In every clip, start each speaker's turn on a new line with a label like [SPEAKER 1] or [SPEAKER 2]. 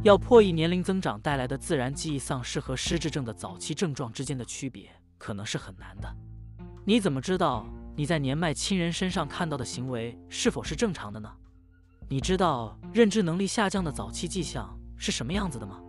[SPEAKER 1] 要破译年龄增长带来的自然记忆丧失和失智症的早期症状之间的区别，可能是很难的。你怎么知道你在年迈亲人身上看到的行为是否是正常的呢？你知道认知能力下降的早期迹象是什么样子的吗？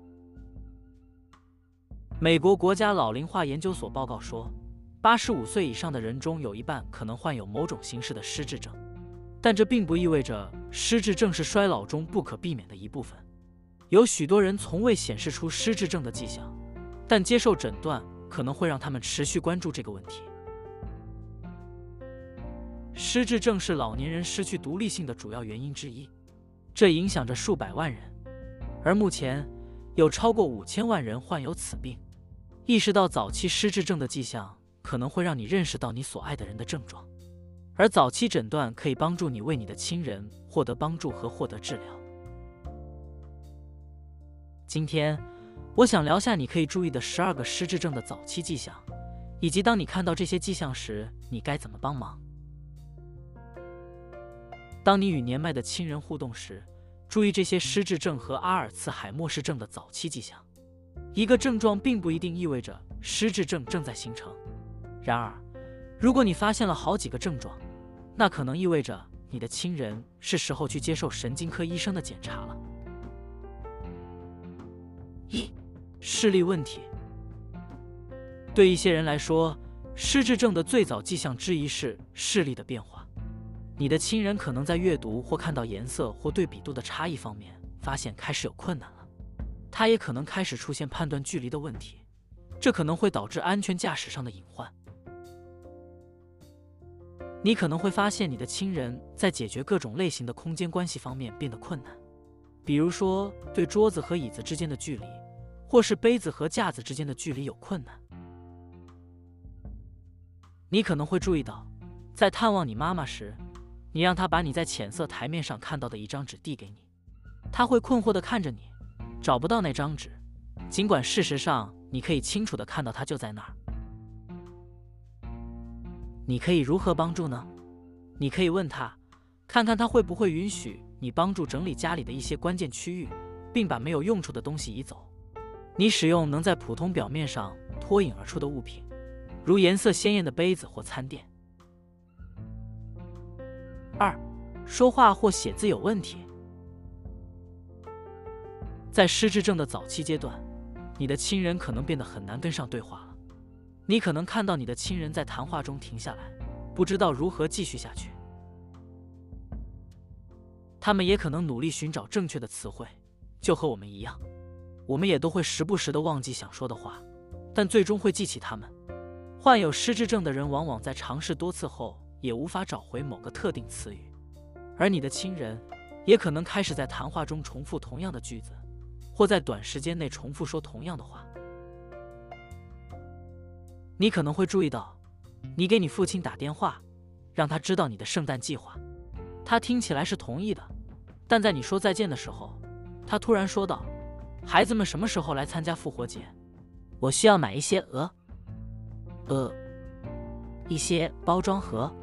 [SPEAKER 1] 美国国家老龄化研究所报告说，85岁以上的人中有一半可能患有某种形式的失智症，但这并不意味着失智症是衰老中不可避免的一部分。有许多人从未显示出失智症的迹象，但接受诊断可能会让他们持续关注这个问题。失智症是老年人失去独立性的主要原因之一，这影响着数百万人，而目前有超过5000万人患有此病。意识到早期失智症的迹象，可能会让你认识到你所爱的人的症状，而早期诊断可以帮助你为你的亲人获得帮助和获得治疗。今天，我想聊下你可以注意的12个失智症的早期迹象，以及当你看到这些迹象时，你该怎么帮忙。当你与年迈的亲人互动时，注意这些失智症和阿尔茨海默氏症的早期迹象。一个症状并不一定意味着失智症正在形成，然而，如果你发现了好几个症状，那可能意味着你的亲人是时候去接受神经科医生的检查了。1. 视力问题。对一些人来说，失智症的最早迹象之一是视力的变化。你的亲人可能在阅读或看到颜色或对比度的差异方面发现开始有困难了，他也可能开始出现判断距离的问题，这可能会导致安全驾驶上的隐患。你可能会发现你的亲人在解决各种类型的空间关系方面变得困难，比如说对桌子和椅子之间的距离，或是杯子和架子之间的距离有困难。你可能会注意到，在探望你妈妈时，你让她把你在浅色台面上看到的一张纸递给你，她会困惑地看着你，找不到那张纸，尽管事实上你可以清楚地看到它就在那儿。你可以如何帮助呢？你可以问他，看看他会不会允许你帮助整理家里的一些关键区域，并把没有用处的东西移走。你使用能在普通表面上脱颖而出的物品，如颜色鲜艳的杯子或餐垫。2. 说话或写字有问题。在失智症的早期阶段，你的亲人可能变得很难跟上对话了。你可能看到你的亲人在谈话中停下来，不知道如何继续下去。他们也可能努力寻找正确的词汇，就和我们一样，我们也都会时不时地忘记想说的话，但最终会记起它们。患有失智症的人往往在尝试多次后也无法找回某个特定词语，而你的亲人也可能开始在谈话中重复同样的句子，或在短时间内重复说同样的话。你可能会注意到，你给你父亲打电话，让他知道你的圣诞计划。他听起来是同意的，但在你说再见的时候，他突然说道：“孩子们什么时候来参加复活节？我需要买一些一些包装盒。”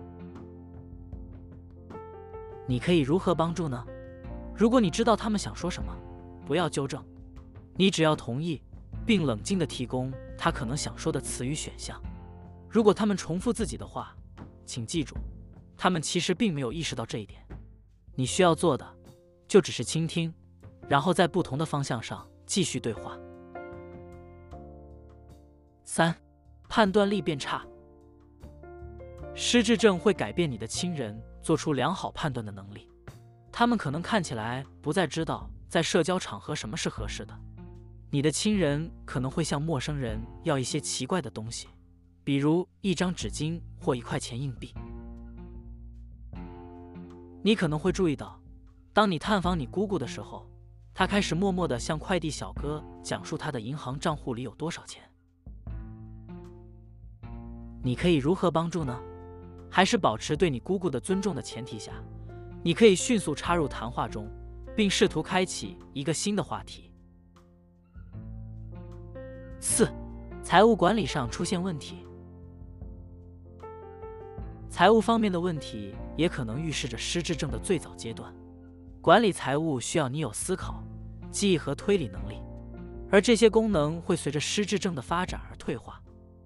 [SPEAKER 1] 你可以如何帮助呢？如果你知道他们想说什么，不要纠正，你只要同意，并冷静地提供他可能想说的词语选项。如果他们重复自己的话，请记住，他们其实并没有意识到这一点。你需要做的就只是倾听，然后在不同的方向上继续对话。3. 判断力变差。失智症会改变你的亲人做出良好判断的能力，他们可能看起来不再知道在社交场合什么是合适的。你的亲人可能会向陌生人要一些奇怪的东西，比如一张纸巾或1块钱硬币。你可能会注意到，当你探访你姑姑的时候，她开始默默地向快递小哥讲述她的银行账户里有多少钱。你可以如何帮助呢？还是保持对你姑姑的尊重的前提下，你可以迅速插入谈话中，并试图开启一个新的话题。4. 财务管理上出现问题。财务方面的问题也可能预示着失智症的最早阶段。管理财务需要你有思考、 记忆和推理能力，而这些功能会随着失智症的发展而退化。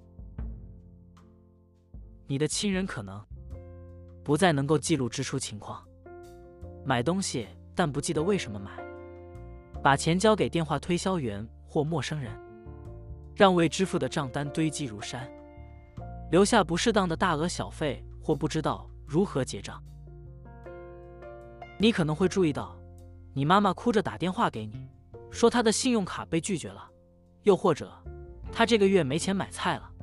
[SPEAKER 1] 你的亲人可能不再能够记录支出情况，买东西但不记得为什么买，把钱交给电话推销员或陌生人，让未支付的账单堆积如山，留下不适当的大额小费或不知道如何结账。你可能会注意到，你妈妈哭着打电话给你，说她的信用卡被拒绝了，又或者她这个月没钱买菜了。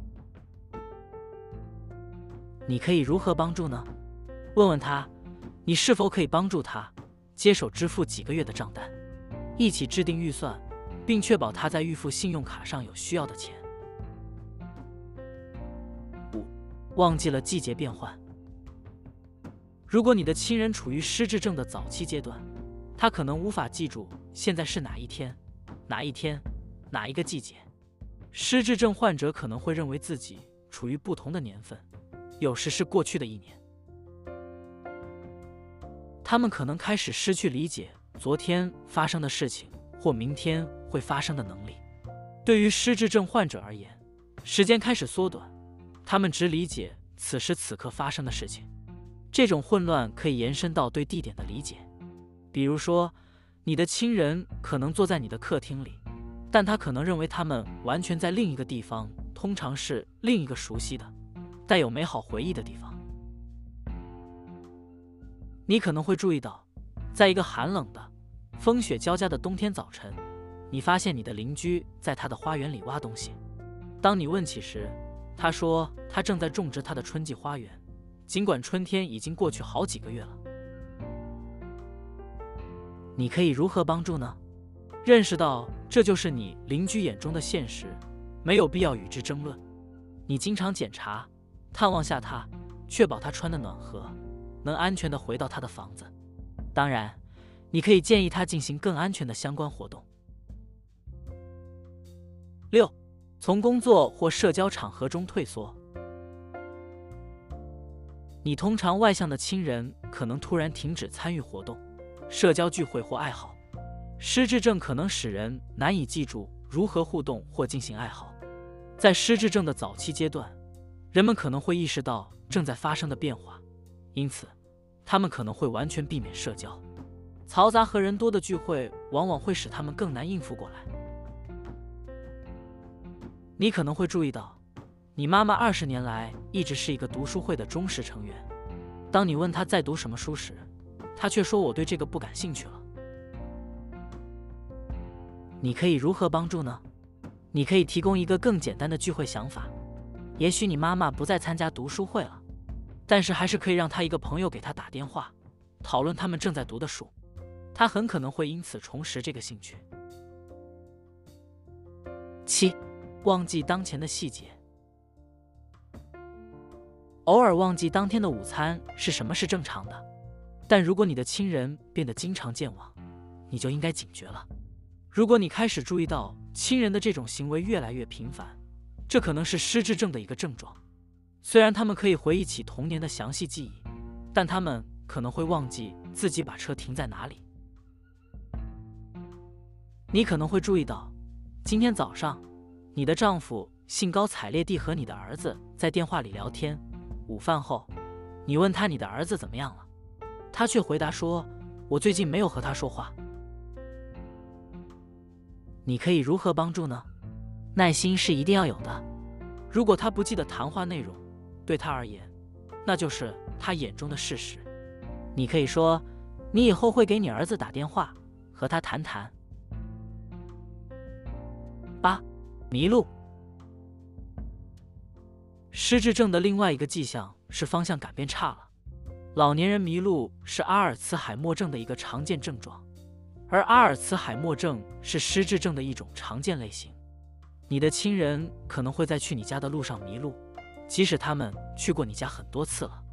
[SPEAKER 1] 你可以如何帮助呢？问问她，你是否可以帮助她接手支付几个月的账单，一起制定预算，并确保她在预付信用卡上有需要的钱。5. 忘记了季节变换。如果你的亲人处于失智症的早期阶段，他可能无法记住现在是哪一天、哪一个季节。失智症患者可能会认为自己处于不同的年份，有时是过去的一年。他们可能开始失去理解昨天发生的事情或明天会发生的能力。对于失智症患者而言，时间开始缩短，他们只理解此时此刻发生的事情。这种混乱可以延伸到对地点的理解，比如说，你的亲人可能坐在你的客厅里，但他可能认为他们完全在另一个地方，通常是另一个熟悉的、带有美好回忆的地方。你可能会注意到，在一个寒冷的、风雪交加的冬天早晨，你发现你的邻居在他的花园里挖东西。当你问起时，他说他正在种植他的春季花园，尽管春天已经过去好几个月了。你可以如何帮助呢？认识到这就是你邻居眼中的现实，没有必要与之争论。你经常检查、探望下他，确保他穿得暖和，能安全地回到他的房子。当然，你可以建议他进行更安全的相关活动。6. 从工作或社交场合中退缩。你通常外向的亲人可能突然停止参与活动、社交聚会或爱好。失智症可能使人难以记住如何互动或进行爱好。在失智症的早期阶段，人们可能会意识到正在发生的变化，因此他们可能会完全避免社交。嘈杂和人多的聚会往往会使他们更难应付过来。你可能会注意到，你妈妈20年来一直是一个读书会的忠实成员。当你问她在读什么书时，她却说我对这个不感兴趣了。你可以如何帮助呢？你可以提供一个更简单的聚会想法。也许你妈妈不再参加读书会了，但是还是可以让她一个朋友给她打电话，讨论他们正在读的书。她很可能会因此重拾这个兴趣。7. 忘记当前的细节。偶尔忘记当天的午餐是什么是正常的，但如果你的亲人变得经常健忘，你就应该警觉了。如果你开始注意到亲人的这种行为越来越频繁，这可能是失智症的一个症状。虽然他们可以回忆起童年的详细记忆，但他们可能会忘记自己把车停在哪里。你可能会注意到，今天早上你的丈夫兴高采烈地和你的儿子在电话里聊天。午饭后，你问他你的儿子怎么样了，他却回答说，我最近没有和他说话。你可以如何帮助呢？耐心是一定要有的。如果他不记得谈话内容，对他而言，那就是他眼中的事实。你可以说，你以后会给你儿子打电话，和他谈谈。8. 迷路。失智症的另外一个迹象是方向感变差了。老年人迷路是阿尔茨海默症的一个常见症状，而阿尔茨海默症是失智症的一种常见类型。你的亲人可能会在去你家的路上迷路，即使他们去过你家很多次了。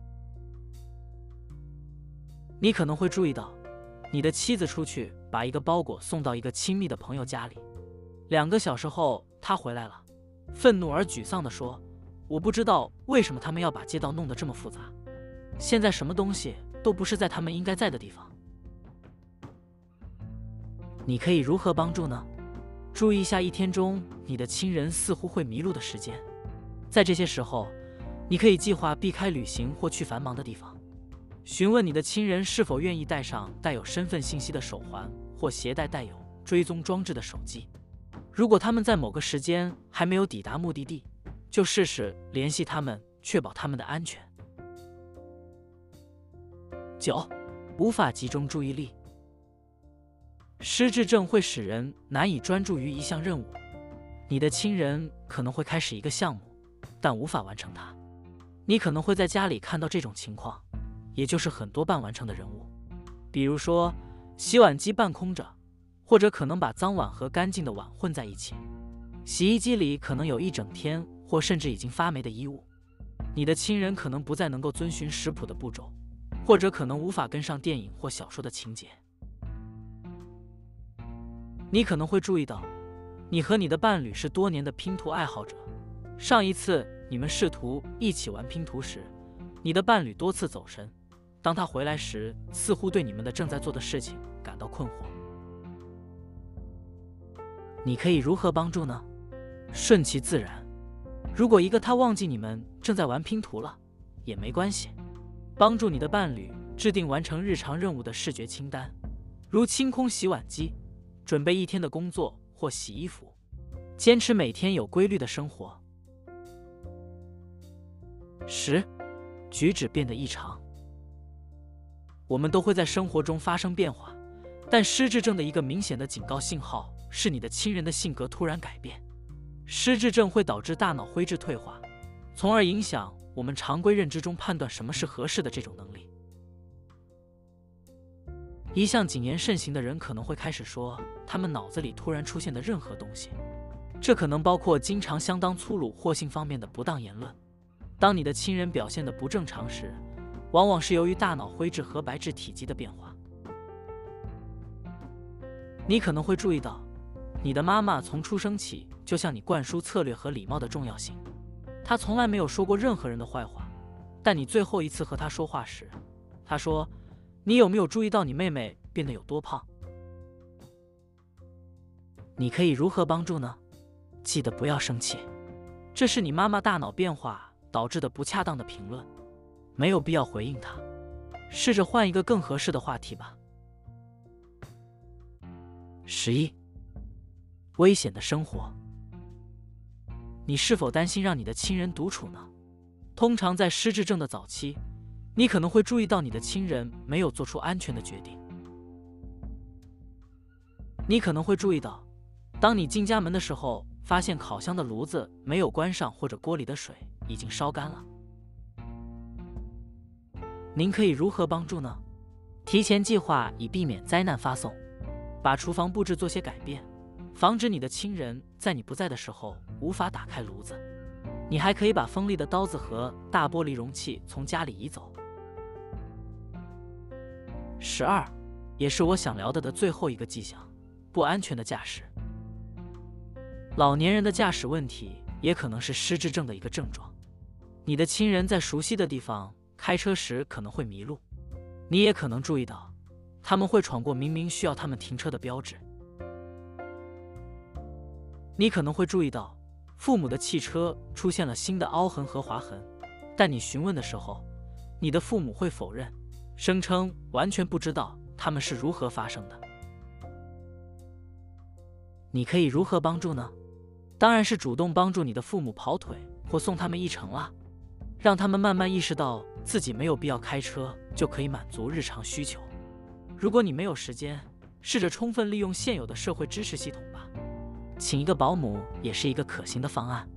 [SPEAKER 1] 你可能会注意到，你的妻子出去把一个包裹送到一个亲密的朋友家里，2个小时后他回来了，愤怒而沮丧地说，我不知道为什么他们要把街道弄得这么复杂，现在什么东西都不是在他们应该在的地方。 你可以如何帮助呢？注意一下一天中你的亲人似乎会迷路的时间，在这些时候，你可以计划避开旅行或去繁忙的地方。询问你的亲人是否愿意带上带有身份信息的手环或携带带有追踪装置的手机。如果他们在某个时间还没有抵达目的地，就试试联系他们，确保他们的安全。9. 无法集中注意力。失智症会使人难以专注于一项任务。你的亲人可能会开始一个项目，但无法完成它。你可能会在家里看到这种情况，也就是很多半完成的任务，比如说洗碗机半空着，或者可能把脏碗和干净的碗混在一起。洗衣机里可能有一整天或甚至已经发霉的衣物。你的亲人可能不再能够遵循食谱的步骤，或者可能无法跟上电影或小说的情节。你可能会注意到，你和你的伴侣是多年的拼图爱好者。上一次你们试图一起玩拼图时，你的伴侣多次走神，当他回来时，似乎对你们的正在做的事情感到困惑。你可以如何帮助呢？顺其自然。如果他忘记你们正在玩拼图了，也没关系。帮助你的伴侣制定完成日常任务的视觉清单，如清空洗碗机、准备一天的工作或洗衣服。坚持每天有规律的生活。10. 举止变得异常。我们都会在生活中发生变化，但失智症的一个明显的警告信号是你的亲人的性格突然改变。失智症会导致大脑灰质退化，从而影响我们常规认知中判断什么是合适的这种能力。一向谨言慎行的人可能会开始说他们脑子里突然出现的任何东西，这可能包括经常相当粗鲁或性方面的不当言论。当你的亲人表现得不正常时，往往是由于大脑灰质和白质体积的变化。你可能会注意到，你的妈妈从出生起就向你灌输策略和礼貌的重要性。她从来没有说过任何人的坏话，但你最后一次和她说话时，她说：“你有没有注意到你妹妹变得有多胖？”你可以如何帮助呢？记得不要生气，这是你妈妈大脑变化导致的不恰当的评论，没有必要回应她。试着换一个更合适的话题吧。11. 危险的生活。你是否担心让你的亲人独处呢？通常在失智症的早期，你可能会注意到你的亲人没有做出安全的决定。你可能会注意到，当你进家门的时候，发现烤箱的炉子没有关上，或者锅里的水已经烧干了。您可以如何帮助呢？提前计划以避免灾难发送，把厨房布置做些改变，防止你的亲人在你不在的时候无法打开炉子。你还可以把锋利的刀子和大玻璃容器从家里移走。12. 也是我想聊的最后一个迹象，不安全的驾驶。老年人的驾驶问题也可能是失智症的一个症状。你的亲人在熟悉的地方开车时可能会迷路，你也可能注意到他们会闯过明明需要他们停车的标志。你可能会注意到父母的汽车出现了新的凹痕和划痕，但你询问的时候，你的父母会否认，声称完全不知道他们是如何发生的。你可以如何帮助呢？当然是主动帮助你的父母跑腿或送他们一程啦，让他们慢慢意识到自己没有必要开车就可以满足日常需求。如果你没有时间，试着充分利用现有的社会支持系统吧。请一个保姆也是一个可行的方案。